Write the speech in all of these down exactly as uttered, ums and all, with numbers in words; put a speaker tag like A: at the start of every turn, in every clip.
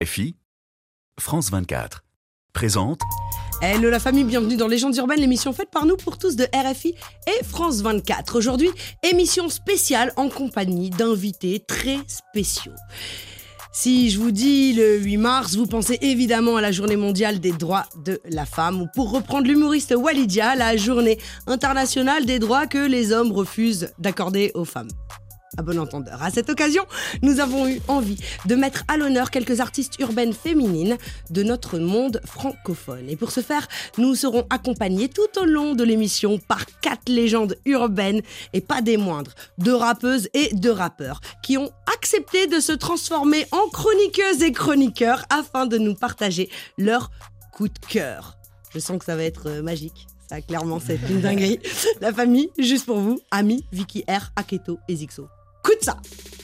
A: F I, France vingt-quatre présente.
B: Hello la famille, bienvenue dans Légendes urbaines, l'émission faite par nous pour tous de R F I et France vingt-quatre. Aujourd'hui, émission spéciale en compagnie d'invités très spéciaux. Si je vous dis le huit mars, vous pensez évidemment à la journée mondiale des droits de la femme, ou pour reprendre l'humoriste Walidia, la journée internationale des droits que les hommes refusent d'accorder aux femmes. À bon entendeur. À cette occasion, nous avons eu envie de mettre à l'honneur quelques artistes urbaines féminines de notre monde francophone. Et pour ce faire, nous serons accompagnés tout au long de l'émission par quatre légendes urbaines, et pas des moindres, de rappeuses et de rappeurs, qui ont accepté de se transformer en chroniqueuses et chroniqueurs afin de nous partager leur coup de cœur. Je sens que ça va être euh, magique. Ça, clairement, c'est une dinguerie. La famille, juste pour vous, Ami, Vicky R, Aketo et Zixo. Écoute ça.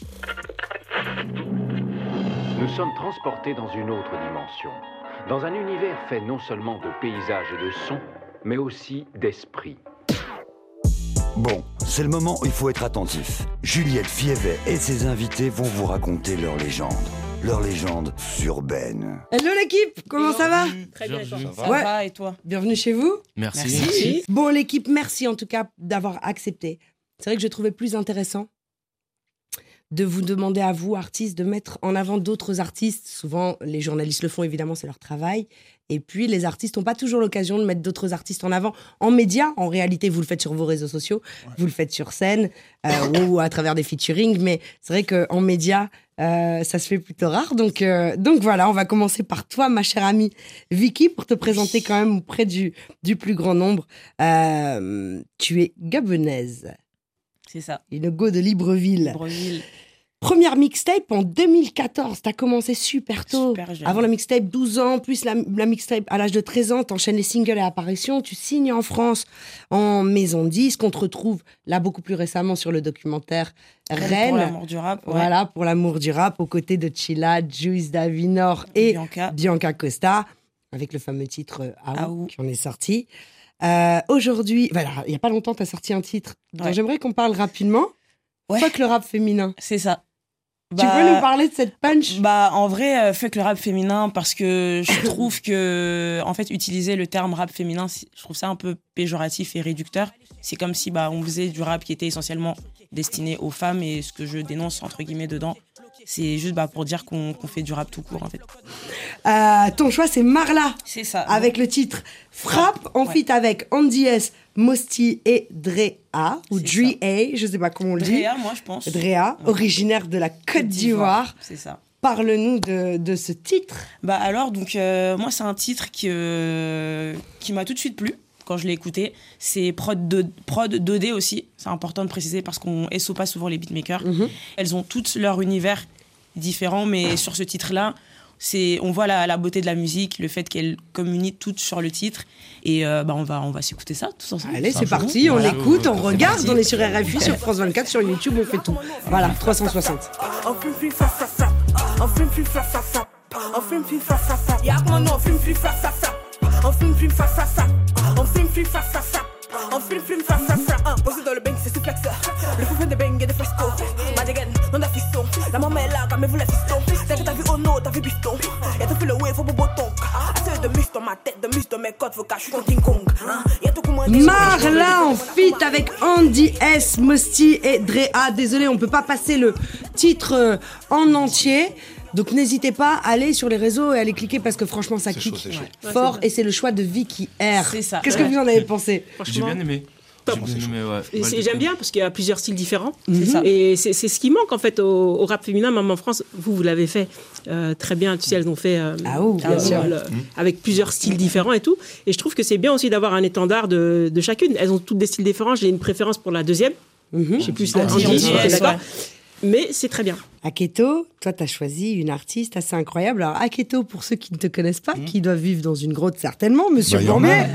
C: Nous sommes transportés dans une autre dimension, dans un univers fait non seulement de paysages et de sons, mais aussi d'esprit.
D: Bon, c'est le moment où il faut être attentif. Juliette Fievet et ses invités vont vous raconter leur légende. Leur légende urbaine.
B: Hello l'équipe, comment ça va?
E: Très bien, et toi?
F: Ça
B: Ouais.
E: va, et toi?
B: Bienvenue chez vous.
F: Merci.
E: Merci.
B: Bon l'équipe, merci en tout cas d'avoir accepté. C'est vrai que je trouvais plus intéressant de vous demander à vous, artistes, de mettre en avant d'autres artistes. Souvent, les journalistes le font, évidemment, c'est leur travail. Et puis, les artistes n'ont pas toujours l'occasion de mettre d'autres artistes en avant en médias. En réalité, vous le faites sur vos réseaux sociaux, ouais. Vous le faites sur scène euh, ou à travers des featuring. Mais c'est vrai qu'en médias, euh, ça se fait plutôt rare. Donc, euh, donc voilà, on va commencer par toi, ma chère amie Vicky, pour te présenter quand même auprès du, du plus grand nombre. Euh, tu es gabonaise.
E: C'est ça.
B: Une go de Libreville.
E: Libreville.
B: Première mixtape en deux mille quatorze, t'as commencé super tôt.
E: Super jeune.
B: Avant la mixtape, douze ans, plus la, la mixtape à l'âge de treize ans, t'enchaînes les singles et apparitions, tu signes en France en maison de disque, on te retrouve là beaucoup plus récemment sur le documentaire Reine.
E: Pour l'amour du rap. Ouais.
B: Voilà, pour l'amour du rap, aux côtés de Chilla, Juice Davinor et
E: Bianca.
B: Bianca Costa, avec le fameux titre Aou,
E: Aou.
B: qui en est sorti. Euh, aujourd'hui, voilà, il n'y a pas longtemps, t'as sorti un titre dont
E: Ouais.
B: j'aimerais qu'on parle rapidement.
E: Ouais.
B: Fuck le rap féminin.
E: C'est ça.
B: Tu
E: Bah,
B: peux nous parler de cette punch?
E: Bah, en vrai, euh, fuck le rap féminin, parce que je trouve que, en fait, utiliser le terme rap féminin, je trouve ça un peu péjoratif et réducteur. C'est comme si, bah, on faisait du rap qui était essentiellement destiné aux femmes, et ce que je dénonce, entre guillemets, dedans, c'est juste, bah, pour dire qu'on, qu'on fait du rap tout court, en fait.
B: Euh, ton choix, c'est Marla.
E: C'est ça.
B: Avec le titre Frappe, en
E: Ouais.
B: feat avec Andy S, Mosty et Drea, ou
E: C'est
B: Drea, je sais pas comment on le dit.
E: Drea, moi, je pense.
B: Drea,
E: Ouais.
B: originaire de la Côte d'Ivoire.
E: C'est ça.
B: Parle-nous de, de ce titre.
E: Bah alors, donc, euh, moi, c'est un titre qui, euh, qui m'a tout de suite plu quand je l'ai écouté. C'est prod, de, prod deux D aussi, c'est important de préciser, parce qu'on S O pas souvent les beatmakers.
B: Mm-hmm.
E: Elles ont toutes leur univers différent, mais sur ce titre-là, c'est, on voit la, la beauté de la musique, le fait qu'elles communient toutes sur le titre. Et euh, bah on va, on va s'écouter ça tous ensemble.
B: Allez, c'est
F: un
B: parti, on
F: Voilà.
B: l'écoute, on regarde,
E: parti.
B: on est sur R F I, sur France vingt-quatre, sur YouTube, on fait tout. Voilà, trois cent soixante.
G: On fume fume flap flap flap. On fume fume flap flap flap. On fume fume flap flap flap. Y'a que mon nom, fume fume flap flap flap. On fume fume flap flap flap. On fume fume flap flap flap. On fume fume flap flap flap. Posé dans le bang, c'est suplex. Le fou fait des bangs et des fresco. Ma dégaine, non la fiston. La maman est là, calmez-vous la fiston. C'est que t'as vu Ono, t'as vu Biston. Y'a tout fait le wave, faut bobo tonk. Assez de mus dans ma tête, de mus dans mes côtes, faut cacher ton King Kong. Y'a tout commandé.
B: Marla en feat avec Andy S, Mosty et Drea. Désolé, on peut pas passer le titre euh, en entier. Donc n'hésitez pas à aller sur les réseaux et à aller cliquer, parce que franchement ça
F: C'est
B: clique
F: chaud, c'est chaud.
E: Ouais.
B: fort,
E: Ouais, c'est
B: et c'est le choix de Vicky R.
E: C'est ça.
B: Qu'est-ce que
E: Ouais.
B: vous en avez pensé?
F: J'ai
H: Franchement,
F: bien aimé.
H: top.
F: J'ai bien aimé, ouais.
H: Et
F: Mal
H: c'est-
F: du
H: j'aime
F: tout.
H: bien parce qu'il y a plusieurs styles différents.
E: C'est ça.
H: Et c'est c'est ce qui manque en fait au, au rap féminin, même en France. Vous, vous l'avez fait euh, très bien. Tu sais, elles ont fait euh,
B: Ah oui, bien
H: euh,
B: sûr.
H: le- avec plusieurs styles différents et tout. Et je trouve que c'est bien aussi d'avoir un étendard de, de chacune. Elles ont toutes des styles différents. J'ai une préférence pour la deuxième.
B: Mhm.
H: Je sais plus, la
E: Andy,
H: Andy,
E: Andy,
H: ok,
E: ouais.
H: d'accord. Mais c'est très bien.
B: Aketo, toi, tu as choisi une artiste assez incroyable. Alors, Aketo, pour ceux qui ne te connaissent pas, qui doivent vivre dans une grotte certainement, monsieur
F: Bah, y en
B: Gourmet,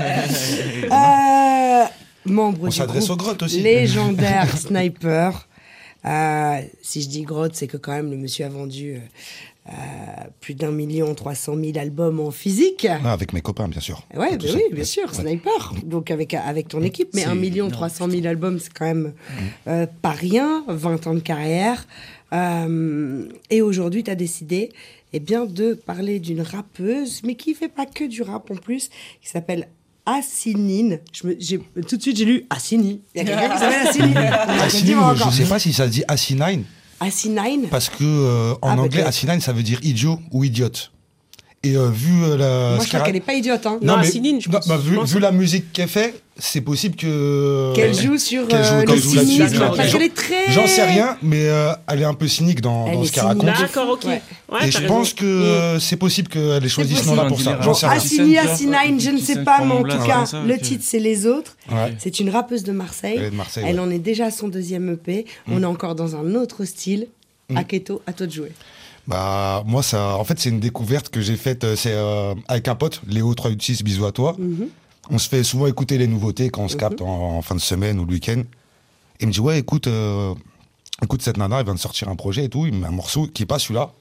B: euh, membre
F: On
B: du
F: s'adresse
B: groupe
F: aux grottes aussi.
B: légendaire Sniper. Euh, si je dis grotte, c'est que quand même, le monsieur a vendu euh, euh, plus d'un million trois cent mille albums en physique.
F: Ah, avec mes copains, bien sûr.
B: Ouais,
F: Tout
B: bah
F: ça.
B: oui, bien sûr,
F: Ouais.
B: Sniper. Donc avec, avec ton équipe, mais
F: C'est
B: un million
F: énorme,
B: trois cent mille albums, c'est quand même euh, pas rien. vingt ans de carrière. Euh, et aujourd'hui, tu as décidé eh bien, de parler d'une rappeuse, mais qui fait pas que du rap en plus, qui s'appelle Assinine. Je me, j'ai, tout de suite, j'ai lu Assini. Il y a quelqu'un qui s'appelle Assinine.
F: Assinine, moi, je ne sais pas si ça se dit Assinine.
B: Assinine.
F: Parce que euh, en
B: Ah,
F: anglais,
B: peut-être.
F: Assinine, ça veut dire idiot ou idiote. Et euh, vu euh, la.
B: Moi, je crois qu'elle est pas idiote. Hein.
H: Non,
F: mais-
H: Assinine, je
F: non,
H: pense.
F: bah,
H: Je
F: vu,
H: pense.
F: vu la musique qu'elle fait, c'est possible que.
B: Qu'elle joue sur
F: qu'elle joue-
B: euh,
F: qu'elle
B: le
F: joue là-dessus.
B: cynisme.
H: D'accord,
B: Parce
H: ok.
B: qu'elle est très...
F: J'en sais rien, mais euh, elle est un peu cynique dans,
B: Elle
F: dans
B: est
F: ce qu'elle
B: cynique.
F: raconte.
H: D'accord, ok.
B: Ouais.
H: Ouais,
F: Et
H: t'as
F: je
H: raison.
F: pense que euh, c'est possible qu'elle ait choisi ce nom-là pour ça. J'en sais rien.
B: Assini, Assinine, je ne sais pas, mais en tout
I: Ouais,
B: cas,
I: ça,
B: le
I: ok.
B: titre, c'est Les Autres.
F: Ouais.
B: C'est une rappeuse de Marseille.
F: Elle est de Marseille.
B: Elle
F: ouais.
B: en est déjà à son deuxième E P. On est encore dans un autre style. Aketo, à toi de jouer.
F: Bah, moi, ça, en fait, c'est une découverte que j'ai faite euh, c'est, euh, avec un pote, Léo trois huit six, bisous à toi. On se fait souvent écouter les nouveautés quand on se capte en, en fin de semaine ou le week-end. Et il me dit, ouais, écoute, euh, écoute, cette nana, elle vient de sortir un projet et tout. Il me met un morceau qui est pas celui-là.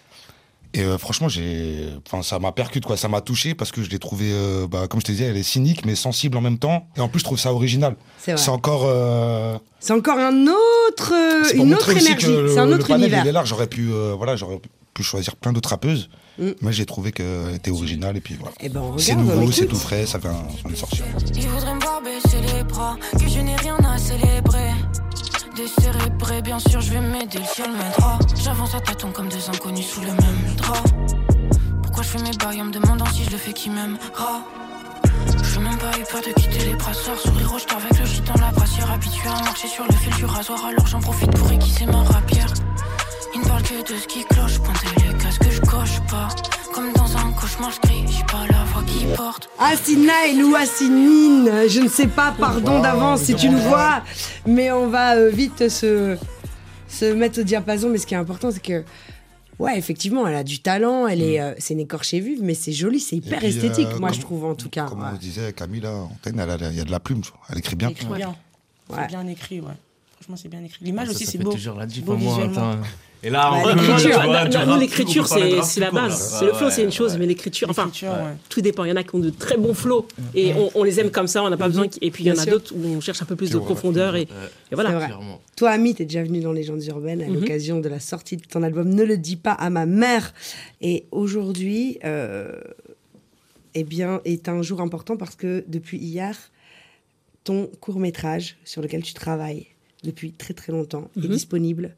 F: Et euh, franchement, j'ai, enfin, ça m'a percuté, quoi. Ça m'a touché parce que je l'ai trouvé, euh, bah, comme je te disais, elle est cynique mais sensible en même temps. Et en plus, je trouve ça original.
B: C'est vrai.
F: C'est encore. euh,
B: C'est encore un autre, euh,
F: c'est pour
B: une autre
F: montrer aussi
B: énergie.
F: que le-
B: C'est un
F: le
B: autre
F: panel,
B: univers.
F: il est large. J'aurais pu, euh, voilà, j'aurais pu choisir plein d'autres rappeuses.
B: Mm.
F: Mais j'ai trouvé qu'elle était originale et puis voilà.
B: Eh ben, on
F: C'est
B: regarde, on
F: nouveau, c'est
B: écoute.
F: tout frais, ça vient, ça vient de sortir.
J: Ils voudraient me voir baisser les bras, que je n'ai rien à célébrer. Décérébré, bien sûr, je vais m'aider, le ciel m'aidera. J'avance à tâtons comme deux inconnus sous le même drap. Pourquoi je fais mes bails en me demandant si je le fais qui m'aimera. J'ai même pas eu peur de quitter les brasseurs. Sourire au jeté avec le shit dans la brassière. Habitué à marcher sur le fil du rasoir, alors j'en profite pour aiguiser ma rapière. Ils ne parlent que de ce qui cloche, pointer les cases que je coche pas. Comme dans un cauchemar, je crie, j'ai pas la voix qui porte.
B: Assinine ou Assinine, je ne sais pas, pardon d'avance si tu le vois, mais on va euh, vite se, se mettre au diapason. Mais ce qui est important, c'est que, ouais, effectivement, elle a du talent, elle est, euh, c'est une écorchée vive, mais c'est joli, c'est
F: Et
B: hyper
F: puis,
B: esthétique,
F: euh,
B: moi
F: comme-
B: je trouve en tout cas.
F: Comme
B: ouais.
F: on disait, Camille, là, Antenne, elle a- il y a de la plume, tu vois. Elle écrit bien.
E: Elle écrit bien.
B: Ouais.
E: C'est bien écrit, ouais. Franchement, c'est bien écrit. L'image
I: Ça,
E: aussi,
I: ça
E: c'est
I: fait
E: beau.
I: toujours la diff
E: Beau
I: à moi,
E: visuellement.
I: attends. Et là,
B: Ouais,
I: on peut-
B: l'écriture.
I: tu vois,
H: Non,
I: tu
H: non,
I: vois,
H: l'écriture,
I: on peut parler de
H: c'est
I: rap
H: c'est la
I: tout court,
H: base.
I: là.
H: C'est le flow,
I: Ouais,
H: c'est une chose,
I: ouais.
H: mais l'écriture, enfin,
E: L'écriture, ouais.
H: tout dépend. Il y en a qui ont de très bons flows et on, on les aime comme ça, on n'a pas besoin. qu'- Et puis il y en
B: Bien
H: a
B: sûr.
H: d'autres où on cherche un peu plus de
F: Puis on va-
H: profondeur et, et
B: C'est
H: voilà.
B: vrai.
I: Clairement.
B: Toi, Ami, t'es déjà venu dans Légendes urbaines à
H: Mhm.
B: l'occasion de la sortie de ton album Ne le dis pas à ma mère. Et aujourd'hui, euh, eh bien, est un jour important parce que depuis hier, ton court-métrage sur lequel tu travailles depuis très très longtemps est
H: Mhm.
B: disponible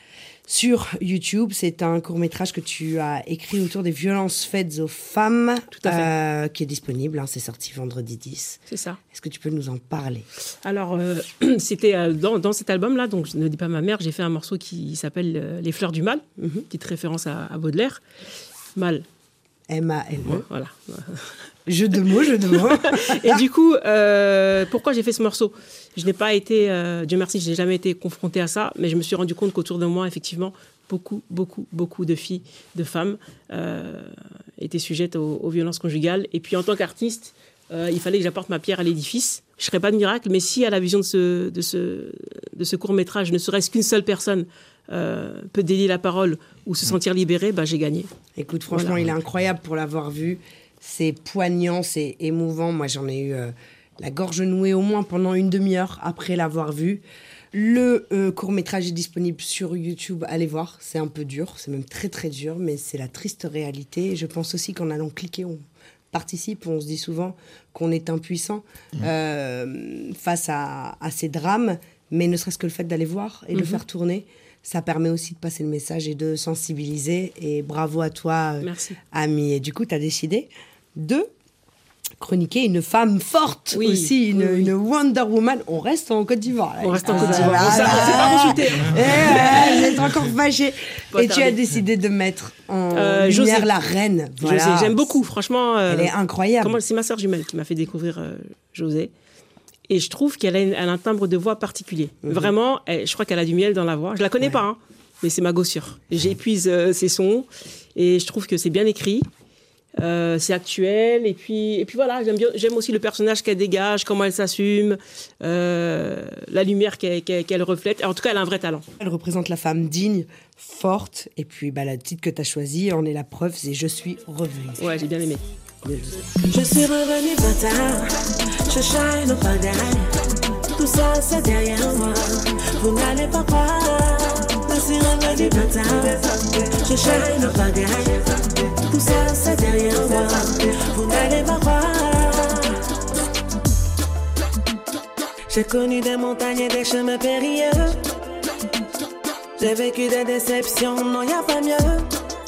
B: sur YouTube. C'est un court-métrage que tu as écrit autour des violences faites aux femmes,
H: Tout à fait.
B: euh, qui est disponible. hein, c'est sorti vendredi dix.
H: C'est ça.
B: Est-ce que tu peux nous en parler?
H: Alors, euh, c'était euh, dans, dans cet album-là, donc je ne dis pas ma mère, j'ai fait un morceau qui s'appelle euh, Les fleurs du mal,
B: Mhm.
H: petite référence à, à Baudelaire. Mal,
B: M A L E.
H: voilà.
B: Jeu de mots, jeu de mots.
H: Et du coup, euh, pourquoi j'ai fait ce morceau? Je n'ai pas été, euh, Dieu merci, je n'ai jamais été confrontée à ça, mais je me suis rendu compte qu'autour de moi, effectivement, beaucoup, beaucoup, beaucoup de filles, de femmes euh, étaient sujettes aux, aux violences conjugales. Et puis, en tant qu'artiste, euh, il fallait que j'apporte ma pierre à l'édifice. Je ne ferais pas de miracle, mais si à la vision de ce, de ce, de ce court-métrage, ne serait-ce qu'une seule personne euh, peut délier la parole ou se sentir libérée, bah, j'ai gagné.
B: Écoute, franchement,
H: Voilà.
B: il est incroyable pour l'avoir vu. C'est poignant, c'est émouvant. Moi, j'en ai eu euh, la gorge nouée au moins pendant une demi-heure après l'avoir vu. Le euh, court-métrage est disponible sur YouTube. Allez voir, c'est un peu dur, c'est même très très dur, mais c'est la triste réalité. Et je pense aussi qu'en allant cliquer, on participe. On se dit souvent qu'on est impuissant euh, face à, à ces drames, mais ne serait-ce que le fait d'aller voir et de le faire tourner, ça permet aussi de passer le message et de sensibiliser. Et bravo à toi, euh,
H: Merci.
B: Ami. Et du coup, tu as décidé de chroniquer une femme forte
H: Oui,
B: aussi, une,
H: oui, oui.
B: une Wonder Woman. On reste en Côte d'Ivoire. là.
H: On reste en
B: Ah,
H: Côte d'Ivoire.
B: là,
H: Ça,
B: là,
H: c'est pas
B: là.
H: consulté.
B: Eh ouais, vous êtes encore fâchés.
H: Pas
B: Et tu as
H: tarder.
B: décidé de mettre en
H: Euh,
B: lumière
H: José.
B: la reine. Voilà.
H: José, j'aime beaucoup, franchement. euh,
B: Elle est incroyable.
H: Comment- c'est ma sœur jumelle qui m'a fait découvrir euh, José. Et je trouve qu'elle a, une- elle a un timbre de voix particulier. Vraiment, elle- je crois qu'elle a du miel dans la voix. Je la connais
B: Ouais.
H: pas, hein, mais c'est ma gossure. J'épuise euh, ses sons et je trouve que c'est bien écrit. Euh, c'est actuel. Et puis, et puis voilà, j'aime, bien, j'aime aussi le personnage qu'elle dégage, comment elle s'assume, euh, la lumière qu'elle, qu'elle- qu'elle reflète. En tout cas, elle a un vrai talent.
B: Elle représente la femme digne, forte. Et puis, bah, le titre que tu as choisi en est la preuve, c'est « Je suis revenue
H: Ouais, j'ai bien aimé. ».
G: Je suis revenu bâtard, je shine au pagaille. Tout ça c'est derrière moi, vous n'allez pas croire. sur un plat du matin. Je cherche le bagage. Tout ça, c'est derrière moi. Vous n'allez pas voir. J'ai connu des montagnes et des chemins périlleux. J'ai vécu des déceptions, non y'a pas mieux.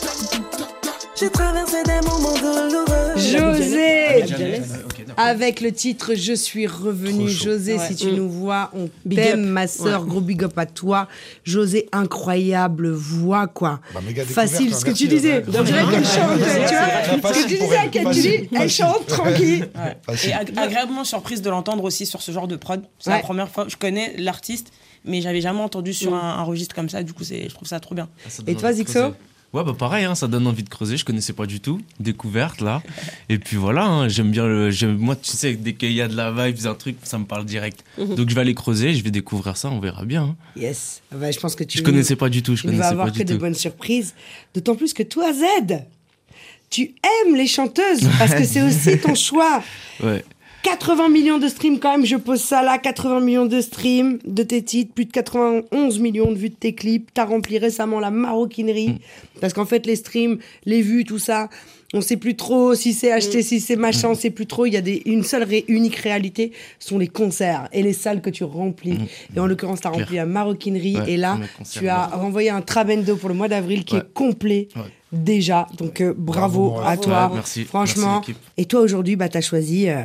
G: J'ai traversé des moments douloureux.
B: José,
I: Okay,
B: avec le titre Je suis revenu. José,
H: Ouais.
B: si tu
H: Mm.
B: nous vois, on
H: Big
B: t'aime,
H: up.
B: ma sœur.
H: Ouais.
B: Gros big up à toi. José, incroyable voix, quoi.
F: Bah, méga
B: Facile,
F: découverte,
B: ce que
F: merci,
B: tu disais.
F: José.
B: On dirait qu'elle chante, tu vois. Ce que tu disais à Ken, tu dis, elle chante tranquille.
E: Ouais.
F: Facile.
E: Et ag- agréablement surprise de l'entendre aussi sur ce genre de prod. C'est
B: Ouais.
E: la première fois. Je connais l'artiste, mais j'avais jamais entendu sur
B: Mm.
E: un, un registre comme ça. Du coup, c'est, je trouve ça trop bien.
I: Ah, ça
B: Et
I: donne
B: toi,
I: envie de
B: Zixo?
I: creuser. Ouais, bah pareil, hein, ça donne envie de creuser. Je connaissais pas du tout. Découverte, là. Et puis voilà, hein, j'aime bien le. j'aime- Moi, tu sais, dès qu'il y a de la vibe, un truc, ça me parle direct.
B: Mhm.
I: Donc je vais aller creuser, je vais découvrir ça, on verra bien. hein.
B: Yes. Bah, je pense que tu
I: Je connaissais pas du tout, je
B: tu ne vas
I: connaissais
B: avoir
I: pas
B: que
I: du
B: de
I: tout.
B: bonnes surprises. D'autant plus que toi, Z, tu aimes les chanteuses parce que c'est aussi ton choix.
I: Ouais.
B: quatre-vingts millions de streams quand même, je pose ça là, quatre-vingts millions de streams de tes titres, plus de quatre-vingt-onze millions de vues de tes clips, t'as rempli récemment la maroquinerie,
I: Mm.
B: parce qu'en fait les streams, les vues, tout ça, on sait plus trop si c'est acheté, si c'est machin, on sait plus trop, il y a des, une seule ré- unique réalité, ce sont les concerts et les salles que tu remplis.
I: Mm.
B: Et en l'occurrence, t'as
I: Clair.
B: rempli la maroquinerie
I: Ouais,
B: et là,
I: mes concerts,
B: tu as
I: là.
B: renvoyé un Trabendo pour le mois d'avril qui
I: Ouais.
B: est complet
I: Ouais.
B: déjà, donc euh, bravo,
F: Bravo,
B: à
F: bravo.
B: toi,
I: Ouais, merci.
B: franchement.
I: Merci, l'équipe.
B: Et toi aujourd'hui, bah, t'as choisi... euh,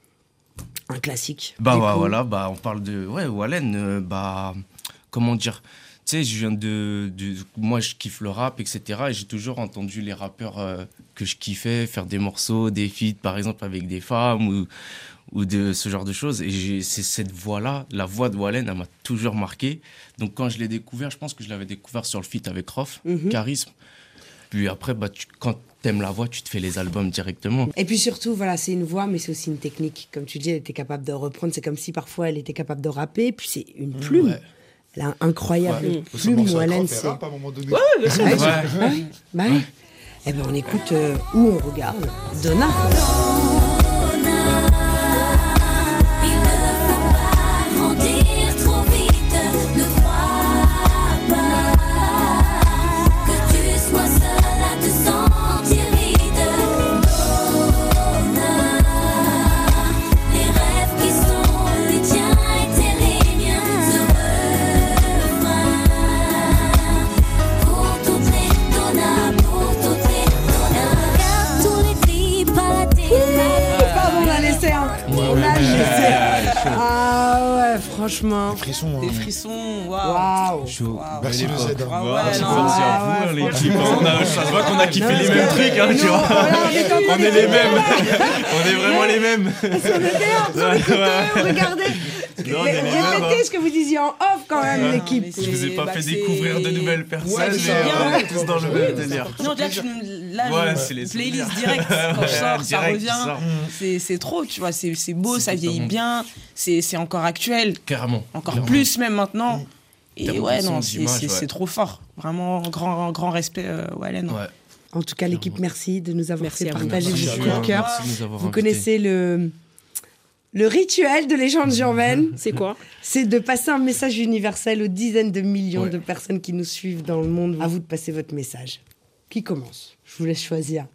B: un classique.
I: Bah
B: Du
I: ouais,
B: coup.
I: voilà, bah on parle de ouais Wallen, euh, bah comment dire, tu sais, je viens de, de moi je kiffe le rap, et cetera. Et j'ai toujours entendu les rappeurs euh, que je kiffais faire des morceaux, des feats par exemple avec des femmes ou ou de ce genre de choses. Et j'ai- c'est cette voix-là, la voix de Wallen, elle m'a toujours marqué. Donc quand je l'ai découvert, je pense que je l'avais découvert sur le feat avec Rof,
B: Mhm.
I: Charisme. Puis après, bah tu, quand t'aimes la voix, tu te fais les albums directement.
B: Et puis surtout, voilà, c'est une voix, mais c'est aussi une technique. Comme tu dis, elle était capable de reprendre. C'est comme si parfois elle était capable de rapper. Puis c'est une plume.
I: Ouais.
B: Elle a un incroyable
I: Ouais.
F: Ce
B: plume.
F: morceau
B: Ou
F: avec
B: Hélène,
F: Rof, elle
B: c'est.
F: rappe à un moment donné.
B: Ouais,
I: Ouais.
B: bah oui. Bah oui. Eh ben, on écoute euh, où on regarde. Donna.
J: Il ne faut pas grandir trop vite. Ne crois pas que tu sois seul à te sentir vide. Donna, les rêves qui sont les tiens étaient les miens. Ce refrain pour toutes les Donna, pour toutes les Donna. Regarde tous les clips à la télé.
B: Pardon, on a laissé un. On a laissé. Ah ouais, franchement.
F: Des frissons.
E: Des
F: hein.
E: frissons, waouh.
B: Waouh.
I: Chaud.
E: Waouh.
F: Merci le Z. hein.
E: Ah ouais,
I: Merci,
E: non,
I: merci à
B: ouais,
I: vous,
B: ouais,
I: l'équipe. On a- Ça se voit qu'on a kiffé les mêmes trucs, hein, tu
B: Nous,
I: vois.
B: voilà, on est comme
I: On est les mêmes. On est vraiment les mêmes.
B: On était là, on
I: Ouais, ouais.
B: regardez.
I: Non, on est les mêmes,
B: Répétez
I: hein.
B: ce que vous disiez en off quand même,
E: Ouais,
B: l'équipe.
E: mais
I: Je vous ai pas
E: bah,
I: fait
E: c'est-
I: découvrir de nouvelles personnes,
E: Ouais,
I: mais
E: c'est
I: euh,
E: bien.
I: on est tous dans le même délire.
E: Non, là, tu, là
I: Ouais,
E: le
I: c'est les
E: playlist
I: souvenirs.
E: direct. Quand je sors, ça
I: Direct,
E: revient.
I: ça sort.
E: C'est, c'est trop, tu vois. C'est, c'est beau,
I: C'est
E: ça vieillit
I: totalement-
E: bien. C'est, c'est encore actuel.
I: Carrément.
E: Encore
I: Clairement.
E: plus, même maintenant. Et
I: Termes de
E: ouais,
I: son,
E: non, c'est,
I: d'image,
E: c'est,
I: ouais.
E: c'est trop fort. Vraiment, grand, grand respect, euh, Wallen.
I: Ouais.
B: En tout cas, l'équipe, merci de nous avoir
H: Merci
B: fait
H: à vous.
B: partager
I: Merci,
B: vos
I: Julien.
B: coups de cœur.
I: Merci de nous avoir
B: Vous
I: invités.
B: connaissez le, le rituel de Légende urbaine.
H: C'est quoi?
B: C'est de passer un message universel aux dizaines de millions
I: Ouais.
B: de personnes qui nous suivent dans le monde. À vous de passer votre message. Qui commence? Je vous laisse choisir.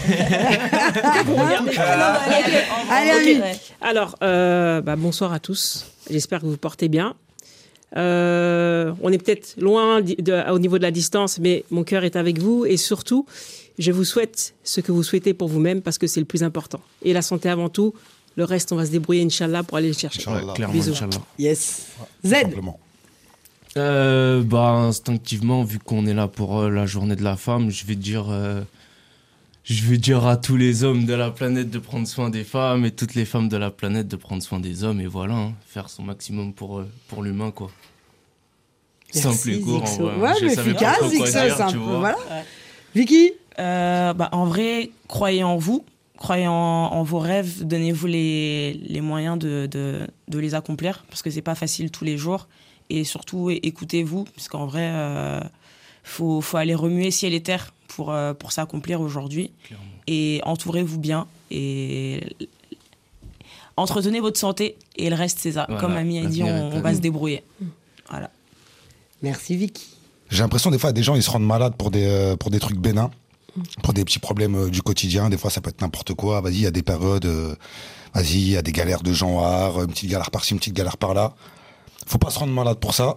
B: Allez,
H: Ok.
B: Ami.
H: Alors, euh, bah, bonsoir à tous. J'espère que vous vous portez bien. Euh, on est peut-être loin di- de- au niveau de la distance, mais mon cœur est avec vous. Et surtout, je vous souhaite ce que vous souhaitez pour vous-même parce que c'est le plus important. Et la santé avant tout. Le reste, on va se débrouiller, Inch'Allah, pour aller le chercher.
F: Inch'Allah.
I: Ouais, clairement,
H: Bisous.
I: Inch'Allah.
B: Yes.
F: Tout
B: Z.
F: simplement.
I: Euh, bah, instinctivement, vu qu'on est là pour euh, la journée de la femme, je vais dire, euh, je vais dire à tous les hommes de la planète de prendre soin des femmes et toutes les femmes de la planète de prendre soin des hommes. Et voilà, hein, faire son maximum pour, euh, pour l'humain, quoi.
B: Merci,
I: Simple et court, en
B: Zixo.
I: vrai.
B: Ouais,
I: Je
B: mais
I: savais pas
B: efficace,
I: trop quoi
B: Zixo,
I: dire,
B: c'est un
I: tu
B: peu.
I: vois.
B: Voilà.
E: Ouais.
B: Vicky.
E: Euh, bah, en vrai, croyez en vous, croyez en, en vos rêves, donnez-vous les, les moyens de, de, de les accomplir, parce que c'est pas facile tous les jours. Et surtout, é- écoutez-vous, parce qu'en vrai, euh, faut, faut aller remuer ciel et terre pour, euh, pour s'accomplir aujourd'hui.
I: Clairement.
E: Et entourez-vous bien, et entretenez votre santé, et le reste, c'est ça.
I: Voilà,
E: Comme Ami a dit,
I: l'avenir
E: on,
I: est à
E: on va
I: nous.
E: se débrouiller. Voilà.
B: Merci, Vicky.
F: j'ai l'impression des fois des gens ils se rendent malades pour des euh, pour des trucs bénins, pour des petits problèmes euh, du quotidien. Des fois ça peut être n'importe quoi. Vas-y, il y a des périodes, euh, vas-y, il y a des galères de genre, une petite galère par-ci, une petite galère par-là. Faut pas se rendre malade pour ça.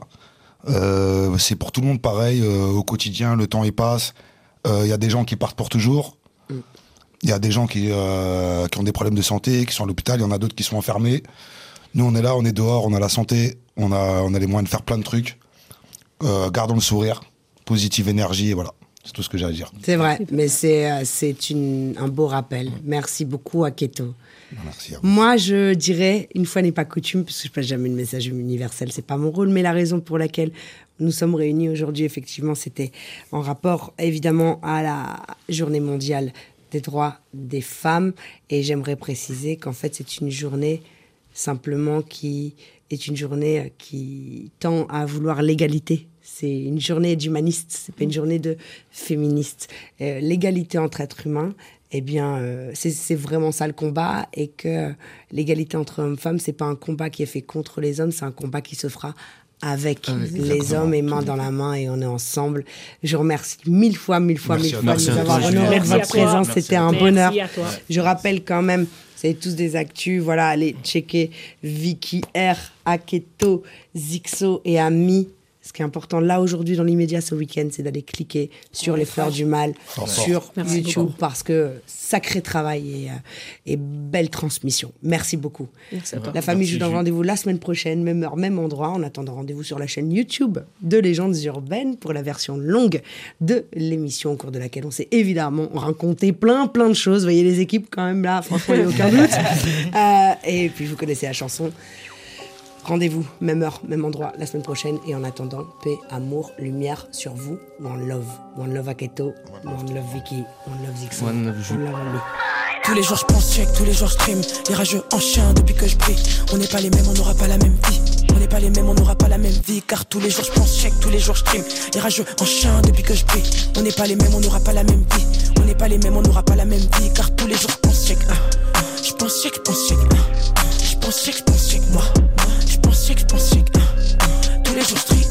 F: Euh, c'est pour tout le monde pareil. Euh, au quotidien, le temps il passe. Il euh, y a des gens qui partent pour toujours. Il y a des gens qui euh, qui ont des problèmes de santé, qui sont à l'hôpital. Il y en a d'autres qui sont enfermés. Nous on est là, on est dehors, on a la santé, on a on a les moyens de faire plein de trucs. Euh, gardons le sourire, positive énergie, et voilà. C'est tout ce que j'ai à dire.
B: C'est vrai, mais c'est, euh, c'est une, un beau rappel. Merci beaucoup, Aketo.
F: Merci à vous.
B: Moi, je dirais, une fois n'est pas coutume, parce que je passe jamais le message universel, c'est pas mon rôle, mais la raison pour laquelle nous sommes réunis aujourd'hui, effectivement, c'était en rapport, évidemment, à la journée mondiale des droits des femmes. Et j'aimerais préciser qu'en fait, c'est une journée simplement qui est une journée qui tend à vouloir l'égalité. C'est une journée d'humaniste, c'est pas une journée de féministe. Euh, l'égalité entre êtres humains, eh bien, euh, c'est, c'est vraiment ça le combat, et que l'égalité entre hommes et femmes, c'est pas un combat qui est fait contre les hommes, c'est un combat qui se fera avec
F: ah,
B: les hommes et main dans la main, et on est ensemble. Je vous remercie mille fois, mille fois,
F: merci
B: mille fois de nous
I: toi,
B: avoir
I: Julien.
B: honoré de
H: Merci
B: votre
H: à toi.
B: présence.
I: Merci
B: C'était
I: à
B: un
H: toi.
B: bonheur.
H: Merci à toi.
B: Je rappelle quand même, vous avez tous des actus, voilà, allez checker Vicky R, Aketo, Zixo et Ami. Ce qui est important là aujourd'hui dans l'immédiat ce week-end, c'est d'aller cliquer sur les Fleurs du Mal
F: Fort,
B: sur
F: fort.
H: Merci
B: YouTube,
H: beaucoup.
B: parce que sacré travail et, euh, et belle transmission. Merci beaucoup.
H: Merci à toi.
B: La famille,
I: Merci,
B: je vous donne
I: Jules.
B: rendez-vous la semaine prochaine, même heure, même endroit. En attendant, rendez-vous sur la chaîne YouTube de Légendes Urbaines pour la version longue de l'émission, au cours de laquelle on s'est évidemment raconté plein, plein de choses. Vous voyez les équipes quand même là, franchement, il n'y a aucun doute. Euh, et puis, vous connaissez la chanson. Rendez-vous, même heure, même endroit, la semaine prochaine. Et en attendant, paix, amour, lumière sur vous. One love. One love Aketo. One love Vicky. One love Zixon.
I: One love Jules.
B: One love Ali.
J: Tous les jours je pense check, tous les jours je stream. Les rageux en chien depuis que je brille. On n'est pas les mêmes, on n'aura pas la même vie. On n'est pas les mêmes, on n'aura pas la même vie. Car tous les jours je pense check, tous les jours je stream. Les rageux en chien depuis que je brille. On n'est pas les mêmes, on n'aura pas la même vie. On n'est pas les mêmes, on n'aura pas la même vie. Car tous les jours je pense check. Je pense check, je pense check. Je pense check, je pense check. Moi, je pense check, je pense check. Tous les jours je stream.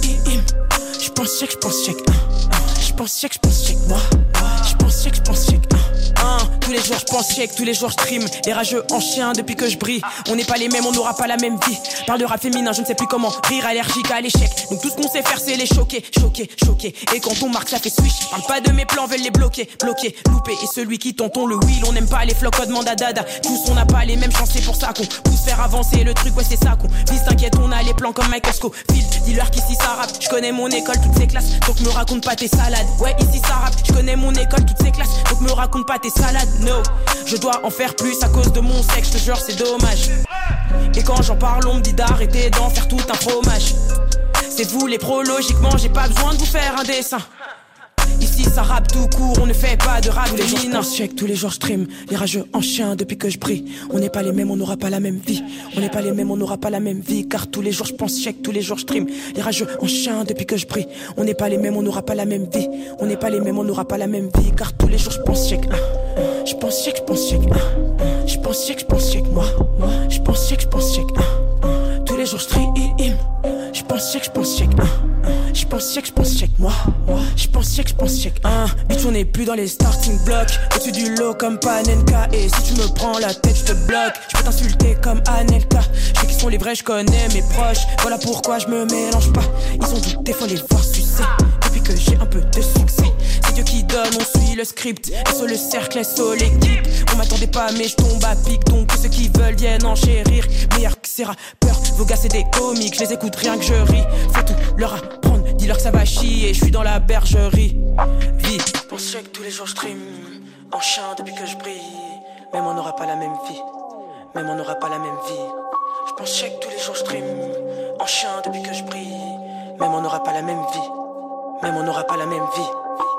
J: Je pense check, je pense check. Je pense check, je pense check. Moi, je pense check, je pense check. Hein, tous les jours je pense check, tous les jours je stream. Les rageux en chien depuis que je brille. On n'est pas les mêmes, on n'aura pas la même vie. Parle de rap féminin, je ne sais plus comment. Rire allergique à l'échec. Donc tout ce qu'on sait faire c'est les choquer, choquer, choquer. Et quand on marque ça fait swish. Parle pas de mes plans, veulent les bloquer, bloquer, louper. Et celui qui tonton le wheel, on n'aime pas les flocs, demande à dada. Tous on n'a pas les mêmes chances, c'est pour ça qu'on pousse faire avancer le truc, ouais c'est ça qu'on vise. T'inquiète, on a les plans comme Michael Scofield. Dis-leur qu'ici ça rappe, je connais mon école, toutes ces classes. Donc me raconte pas tes salades. Ouais ici ça rappe, je connais mon école, toutes ces classes. Donc me raconte pas tes salades, no. Je dois en faire plus à cause de mon sexe, je te jure c'est dommage. Et quand j'en parle on me dit d'arrêter d'en faire tout un fromage. C'est vous les pros, logiquement j'ai pas besoin de vous faire un dessin. Ici ça rappe tout court, on ne fait pas de rap féminin. Check, tous les jours je stream, les rageux en chien depuis que je brille. On n'est pas les mêmes, on n'aura pas la même vie. On n'est pas les mêmes, on n'aura pas la même vie. Car tous les jours je pense check, tous les jours je stream, les rageux en chien depuis que je brille. On n'est pas les mêmes, on n'aura pas la même vie. On n'est pas les mêmes, on n'aura pas la même vie. Car tous les jours je pense check. Je pense check, je pense check. Je pense check, je pense check. Moi, je pense check, je pense check. Tous les jours je stream. Je pense check, je pense check. Je pense check, je pense check. Moi, je pense check, je pense check. Hein, bitch, on n'est plus dans les starting blocks. Au-dessus du lot comme Panenka. Et si tu me prends la tête, je te bloque. Je peux t'insulter comme Anelka. Je sais qui sont les vrais, je connais mes proches. Voilà pourquoi je me mélange pas. Ils ont douté, faut les voir sucer. Depuis que j'ai un peu de succès, c'est Dieu qui donne, on suit le script. Et sur le cercle, et sur l'équipe. On m'attendait pas, mais je tombe à pic. Donc ceux qui veulent viennent enchérir. Meilleur que ces rappeurs, vos gars c'est des comiques. Je les écoute rien que je ris. Faut tout leur apprendre, dis-leur que ça va chier. Je suis dans la bergerie. Vie, je pense check, tous les jours je stream. En chien depuis que je brille. Même on n'aura pas la même vie. Même on n'aura pas la même vie. Je pense check, tous les jours je stream. En chien depuis que je brille. Même on n'aura pas la même vie. Même on n'aura pas la même vie.